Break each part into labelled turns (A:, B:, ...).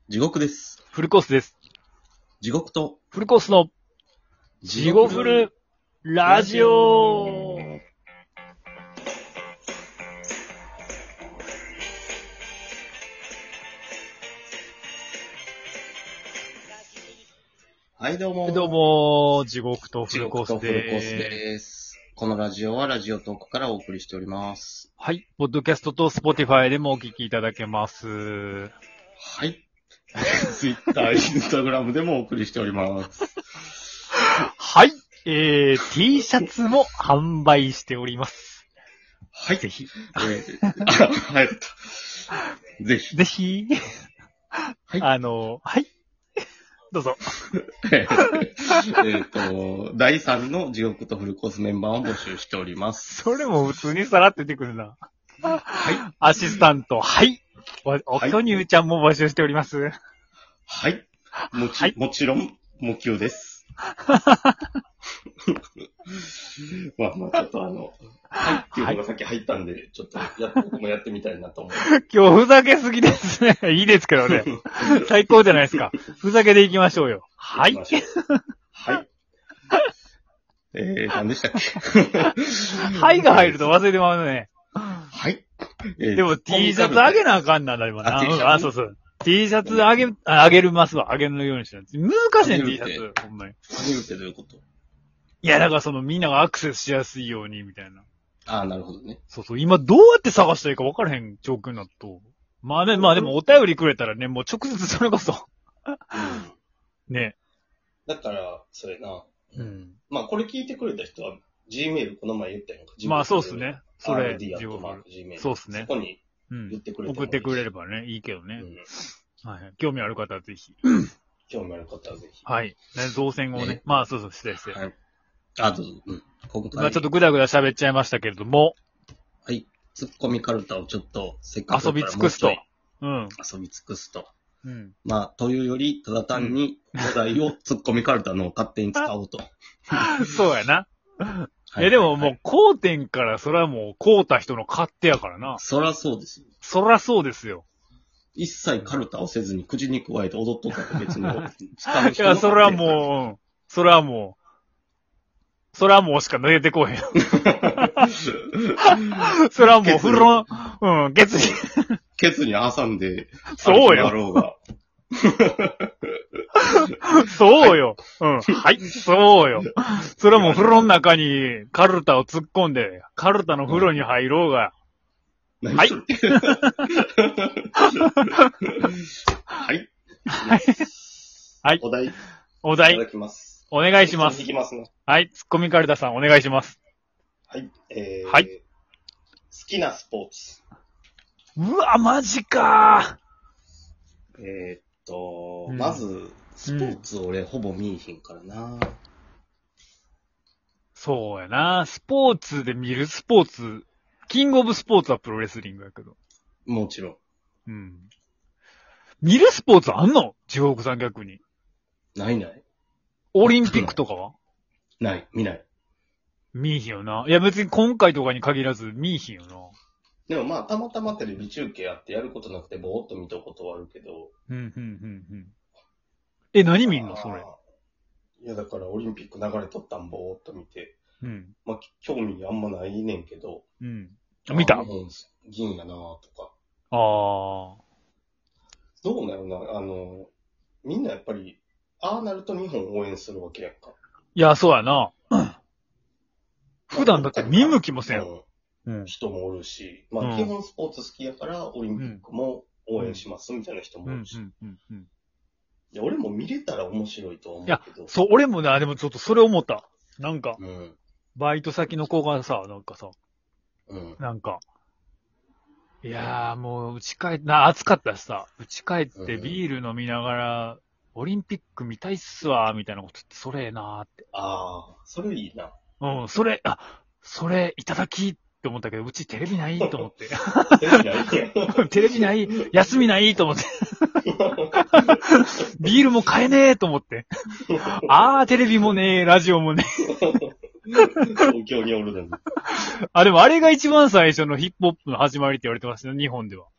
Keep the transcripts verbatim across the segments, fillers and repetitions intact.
A: 地獄です。
B: フルコースです。
A: 地獄と
B: フルコースの地獄フルラジオ。
A: はいどうもー。
B: どうもー、地獄とフルコースでーす。
A: 地獄とフルコースです。このラジオはラジオトークからお送りしております。
B: はい、ポッドキャストとスポティファイでもお聞きいただけます。
A: はい。ツイッター、インスタグラムでもお送りしております。
B: はい。えー、T シャツも販売しております。
A: はい。
B: ぜひ。
A: えー、あ、はい。ぜひ。
B: ぜひ。
A: はい。
B: あの、はい。どうぞ。
A: えっと、だいさんの地獄とフルコースメンバーを募集しております。
B: それも普通にさらって出てくるな。
A: はい。
B: アシスタント、はい。おきょにゅうちゃんも募集しております。
A: はい。もち、
B: はい、
A: もちろん、もきゅうです。まあまあ、ちょっとあの、はいっていうのがさっき入ったんで、はい、ちょっとや、僕もやってみたいなと思う。今
B: 日ふざけすぎですね。いいですけどね。最高じゃないですか。ふざけでいきましょうよ。はい。
A: はい。えー、何でしたっけ
B: はいが入ると忘れてまうね。
A: はい。えー、
B: でも T シャツあげなあかんなんだ、今な。あ、あ、そうそう。T シャツあげ、あげるますわ。あげるようにしてる。難しいね、T シャツ。ほんまに。
A: あげるってどういうこと？
B: いや、だからそのみんながアクセスしやすいように、みたいな。
A: ああ、なるほどね。
B: そうそう。今どうやって探したらいいか分からへん状況になると。まあね、まあでもお便りくれたらね、もう直接それこそ。うん、ね。
A: だから、それな。
B: うん。
A: まあこれ聞いてくれた人は、Gmail この前言ったやんか。
B: まあそうっすね。それ。
A: Gmail。
B: そうっすね。
A: そこに言ってくれてもいいし、
B: 送ってくれればね、いいけどね。うん、はい。興味ある方はぜひ。
A: 興味ある方はぜひ。
B: はい。ね、造船をね。まあそうそう、してして。はい。
A: あ、どうぞ。うん。
B: 今回。まあちょっとぐだぐだ喋っちゃいましたけれども。
A: はい。ツッコミカルタをちょっと、せっかく
B: 遊び尽くすと。
A: うん。遊び尽くすと。
B: うん。
A: まあ、というより、ただ単に、お題をツッコミカルタのを勝手に使おうと。
B: そうやな。はい、いやでももう、こうてんからそれはもう、こうた人の勝手やからな。
A: そらそうですよ。
B: そらそうですよ。
A: 一切カルタをせずに口に加えて踊っとったって別に
B: 使う人の。いや、それはもう、それはもう、それはもうしか抜けてこへん。それはもう、風呂、うん、ケツに。
A: ケツに挟んで、
B: そうよ。そうよ。うん。はい。そうよ。それはもう風呂の中にカルタを突っ込んで、カルタの風呂に入ろうが。はい。
A: はい。
B: はい。
A: お題。
B: お題。
A: いただきます。
B: お願いします。
A: いきますね。
B: はい。ツッコミカルタさんお願いします。
A: はい。えー、
B: はい。
A: 好きなスポーツ。
B: うわ、マジか
A: ー。えー、っと、うん、まず、スポーツ俺、うん、ほぼ見えひんからな。
B: そうやな。スポーツで見るスポーツ、キングオブスポーツはプロレスリングやけど。
A: もちろん。
B: うん。見るスポーツあんの？地獄さん逆に。
A: ないない。
B: オリンピックとかは
A: ない、見ない。
B: 見えひんよな。いや別に今回とかに限らず見えひんよな。
A: でもまあ、たまたまテレビ中継あってやることなくてぼーっと見たことはあるけど。
B: うん、うん、うん、うん。え、何見んのそれ。
A: いやだからオリンピック流れとったんぼーっと見て。
B: うん。
A: まあ、興味あんまないねんけど。
B: うん。見た？
A: 銀やなとか。
B: ああ。
A: どうなるな、あの、みんなやっぱり、ああなると日本応援するわけやんか。
B: いや、そうやな。普段だって見向きもせん。
A: うん、人もおるし、まあ、基本スポーツ好きやからオリンピックも応援しますみたいな人もおるし。いや、俺も見れたら面白いと思うけど。いや、
B: そう、俺もね、でもちょっとそれ思った。なんか、
A: うん、
B: バイト先の子がさ、なんかさ、
A: うん、
B: なんか、いやーもう、うち帰って、な、暑かったしさ、うち帰ってビール飲みながら、オリンピック見たいっすわ、みたいなこと言って、それえなーって。
A: ああ、それいいな。
B: うん、それ、あ、それ、いただきって思ったけど、うちテレビないと思って。
A: テレビない
B: テレビない休みないと思って。ビールも買えねえと思って。あー、テレビもねえ、ラジオもねえ。
A: 東京におるのに。
B: あ、でもあれが一番最初のヒップホップの始まりって言われてますよ、日本では。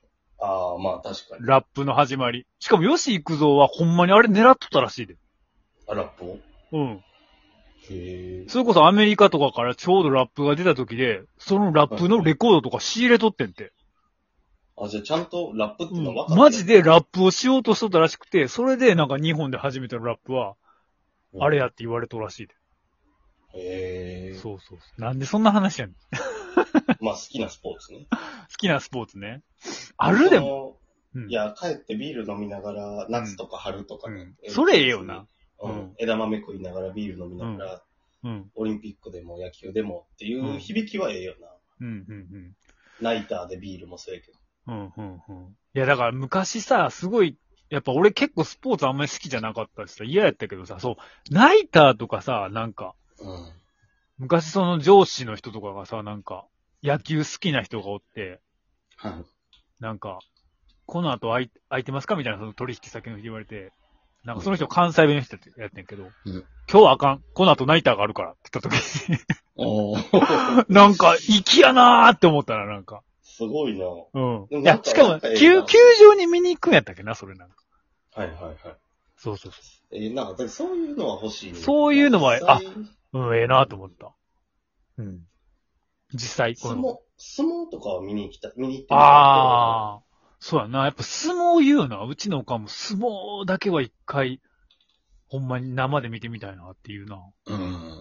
A: ああ、まあ確かに。
B: ラップの始まり。しかも吉幾三はほんまにあれ狙っとったらしいで。
A: あ、ラップを
B: うん。
A: へえ。
B: それこそアメリカとかからちょうどラップが出た時で、そのラップのレコードとか仕入れとってんて。
A: あ、じゃあちゃんとラップっていうのは分かって、
B: うん、マジでラップをしようとしとったらしくて、それでなんか日本で初めてのラップは、あれやって言われとるらしいで。
A: へえ。
B: そうそうそう。なんでそんな話やねん。
A: まあ好きなスポーツね。
B: 好きなスポーツね。あるでも。
A: うん、いや、帰ってビール飲みながら、夏とか春とかね。
B: うん、それええよな。
A: うん。枝豆食いながらビール飲みながら、うん、オリンピックでも野球でもっていう響きはええよな。うん、うん、うん。ナイターでビールもそうやけど。
B: うん、うん、うん。いや、だから昔さ、すごい、やっぱ俺結構スポーツあんまり好きじゃなかったしさ、嫌やったけどさ、そう、ナイターとかさ、なんか、うん、昔その上司の人とかがさ、なんか、野球好きな人がおって、はい。なんか、この後空い空いてますかみたいなその取引先の人言われて、なんかその人関西弁の人やってんけど、うん、今日はあかん。この後ナイターがあるからって言った時におなんか、粋やなーって思ったらなんか。
A: すごいな。
B: うん。いや、しかも、球、球場に見に行くんやったっけな、それなんか。
A: はいはいはい。
B: そうそうそう。
A: えー、なんか、そういうのは欲しい、ね。
B: そういうのは、あ、うん、ええなと思った。うん。実際、
A: この。相撲、相撲とかは見に来た、見に行ってみた。
B: ああ。そうやな。やっぱ相撲言うな。うちのおかんも相撲だけは一回、ほんまに生で見てみたいなっていうな。うん。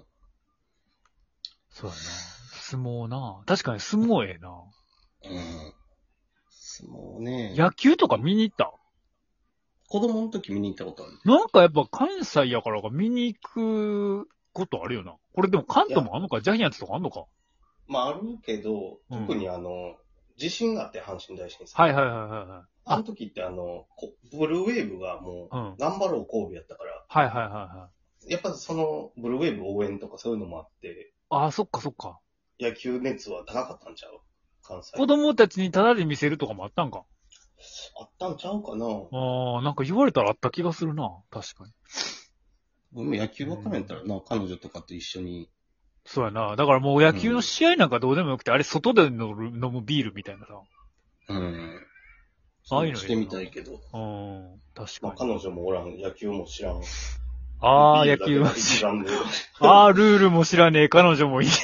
B: そうやな。相撲な。確かに相撲ええな。
A: うん。相撲ね。
B: 野球とか見に行った？
A: 子供の時見に行ったことある。
B: なんかやっぱ関西やからか見に行くことあるよな。これでも関東もあんのか？ジャイアンツとかあんのか？
A: まああるけど、特にあの、うん、地震があって阪神大震災。
B: はいはいはいはい。
A: あの時ってあの、ブルーウェーブがもう、うん、頑張ろう神戸やったから。
B: はいはいはいはい。
A: やっぱその、ブルーウェーブ応援とかそういうのもあって。
B: ああ、そっかそっか。
A: 野球熱は高かったんちゃう？関西。
B: 子供たちにタダで見せるとかもあったんか？
A: あったんちゃうかな。
B: ああ、なんか言われたらあった気がするな。確かに。
A: 俺も野球わからんたらな、彼女とかと一緒に。
B: そうやな。だからもう野球の試合なんかどうでもよくて、うん、あれ外で飲むビールみたいなさ。うん。
A: ああいうのしてみたいけど。
B: うん。確かに。
A: まあ彼女もおらん、野球も知らん。
B: ああ、野球も知らん。ああ、ルールも知らねえ、彼女もいい。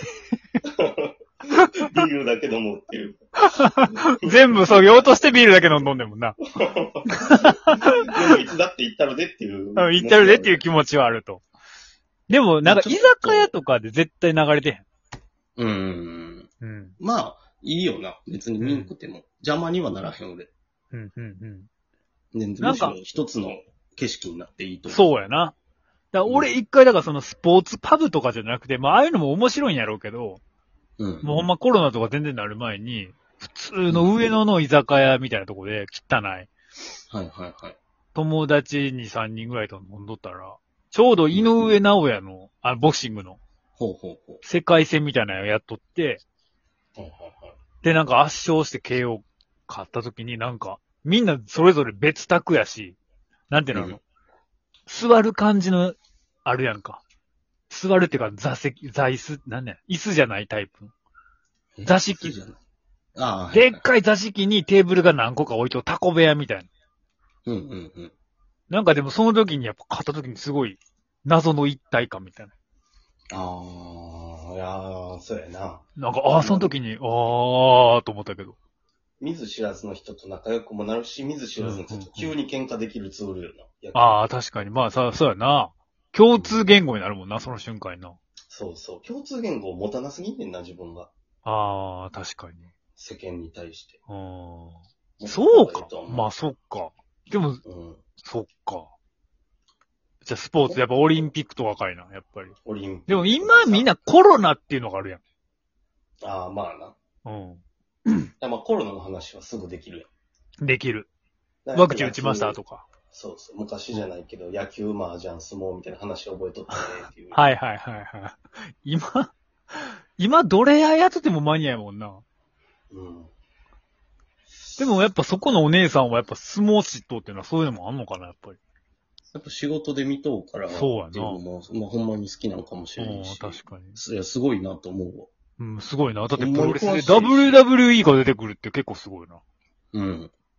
A: ビールだけ飲むっていう。
B: 全部そぎ落としてビールだけ飲んどんでもんな。で
A: もいつだって行ったるでっていう。
B: 行ったるでっていう気持ちはあると。でも、なんか居酒屋とかで絶対流れてへん。
A: うーん。うん。まあ、いいよな。別に見んくても。うん、邪魔にはならへん俺。うんうんうん。ね、なんか一つの景色になっていいと思う。
B: そうやな。だ俺一回だからそのスポーツパブとかじゃなくて、まあああいうのも面白いんやろうけど、うん、もうほんまコロナとか全然なる前に、普通の上野の居酒屋みたいなとこで汚い。はい
A: はいはい。
B: 友達にさんにんぐらいと飲んどったら、ちょうど井上直也の、あ、ボクシングの、
A: ほうほうほう。
B: 世界戦みたいなのをやっとって、はいはいはい。で、なんか圧勝して ケーオー 勝った時になんか、みんなそれぞれ別宅やし、なんていうの、うん、座る感じの、あるやんか。座るっていうか座席、座椅子、なんね椅子じゃないタイプ。座敷。ああ。でっかい座敷にテーブルが何個か置いとタコ部屋みたいな。うんうんうん。なんかでもその時にやっぱ買った時にすごい謎の一体感みたいな。
A: ああ、いやー、そうやな。
B: なんか、ああ、その時に、ああ、と思ったけど。
A: 見ず知らずの人と仲良くもなるし、見ず知らずの人と急に喧嘩できるツールよな。うんうんうん、
B: ああ、確かに。まあ、さ、そうやな。共通言語になるもんな、その瞬間にな。
A: そうそう。共通言語を持たなすぎんねんな、自分が。
B: ああ、確かに。
A: 世間に対して。あ
B: あ。そうか。まあ、そっか。でも、うん、そっか。じゃあ、スポーツ、やっぱオリンピックとかかいな、やっぱり。
A: オリンピック。
B: でも今みんなコロナっていうのがあるやん。
A: ああ、まあな。うん。まあコロナの話はすぐできる
B: やん。できる。ワクチン打ちましたとか。
A: そうそう。昔じゃないけど、野球、麻雀、相撲みたいな話を覚えとったねっていう。
B: はいはいはいはい。今、今どれやっててもマニアやもんな。うん。でもやっぱそこのお姉さんはやっぱ相撲嫉妬っていうのはそういうのもあんのかな、やっぱり。
A: やっぱ仕事で見とうから、
B: そうやな。
A: っていうのも、まあほんまに好きなのかもしれないし。
B: 確かに。
A: いや、すごいなと思うわ。
B: うん、すごいな。だってプロレスで ダブリューダブリューイー が出てくるって結構すごいな。
A: うん。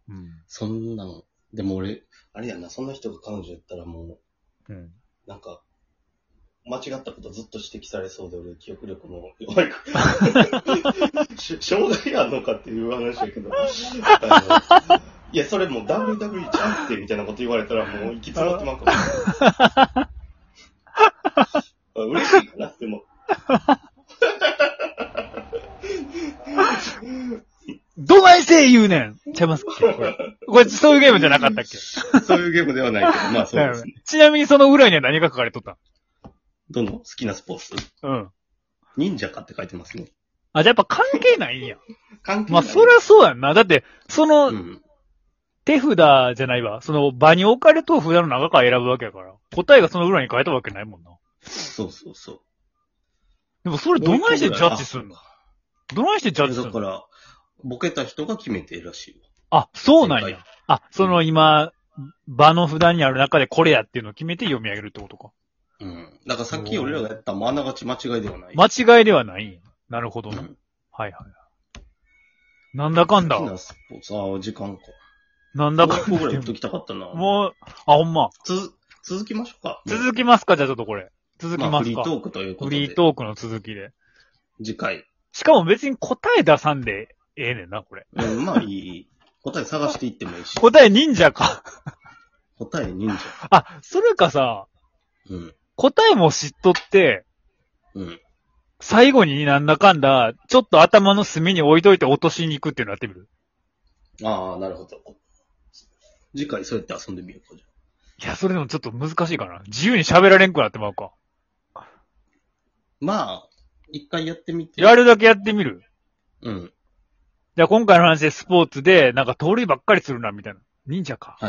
B: うん。
A: そんなの。でも俺、あれやな、そんな人が彼女やったらも
B: う、うん。
A: なんか、間違ったことずっと指摘されそうで、俺、記憶力も弱いから。障害あんのかっていう話だけど。いや、それもう ダブリューダブリュー ちゃうってみたいなこと言われたらもう行き詰まってまうかも。嬉しいかな、でも。
B: どないせえ言うねんちゃいますかこれ。これ、そういうゲームじゃなかったっけ？
A: そういうゲームではないけど、まあそうですね。
B: ちなみにその裏には何が書かれとった？
A: どの好きなスポーツ？
B: うん。
A: 忍者かって書いてますね。
B: あ、じゃあやっぱ関係ないんや。
A: 関係ない。
B: まあそりゃそうやんな。だって、その、うん、手札じゃないわ。その場に置かれと札の中から選ぶわけやから。答えがその裏に書いたわけないもんな。
A: そうそうそう。
B: でもそれどないしてジャッジするの？どないしてジャッジするの？
A: だから、ボケた人が決めてるらしいよ。
B: あ、そうなんや。あ、その今、場の札にある中でこれやっていうのを決めて読み上げるってことか。
A: うん。だからさっき俺らがやったもあながち間違いではない。
B: 間違いではないんや。なるほどな。うん、はいはい。なんだかんだ。
A: 好きなスポーツ、ああ、時間か。
B: なんだかんだ。
A: もうぐらい言っときたかったな。
B: もう、あ、ほんま。
A: つ、続きましょうか。
B: 続きますか、じゃあちょっとこれ。続きますか。まあ、
A: フリートークということで。
B: フリートークの続きで。
A: 次回。
B: しかも別に答え出さんでええねんな、これ。
A: うん、まあいい。答え探していってもいいし。
B: 答え忍者か。
A: 答え忍者。
B: あ、それかさ、
A: うん。
B: 答えも知っとって、
A: うん。
B: 最後になんだかんだ、ちょっと頭の隅に置いといて落としに行くっていうのやってみる？
A: ああ、なるほど。次回そうやって遊んでみようか、じゃ
B: あ。いや、それでもちょっと難しいかな。自由に喋られんくなってまうか。
A: まあ、一回やってみて。
B: やるだけやってみる？
A: うん。
B: じゃあ今回の話でスポーツで、なんか盗塁ばっかりするな、みたいな。忍者か。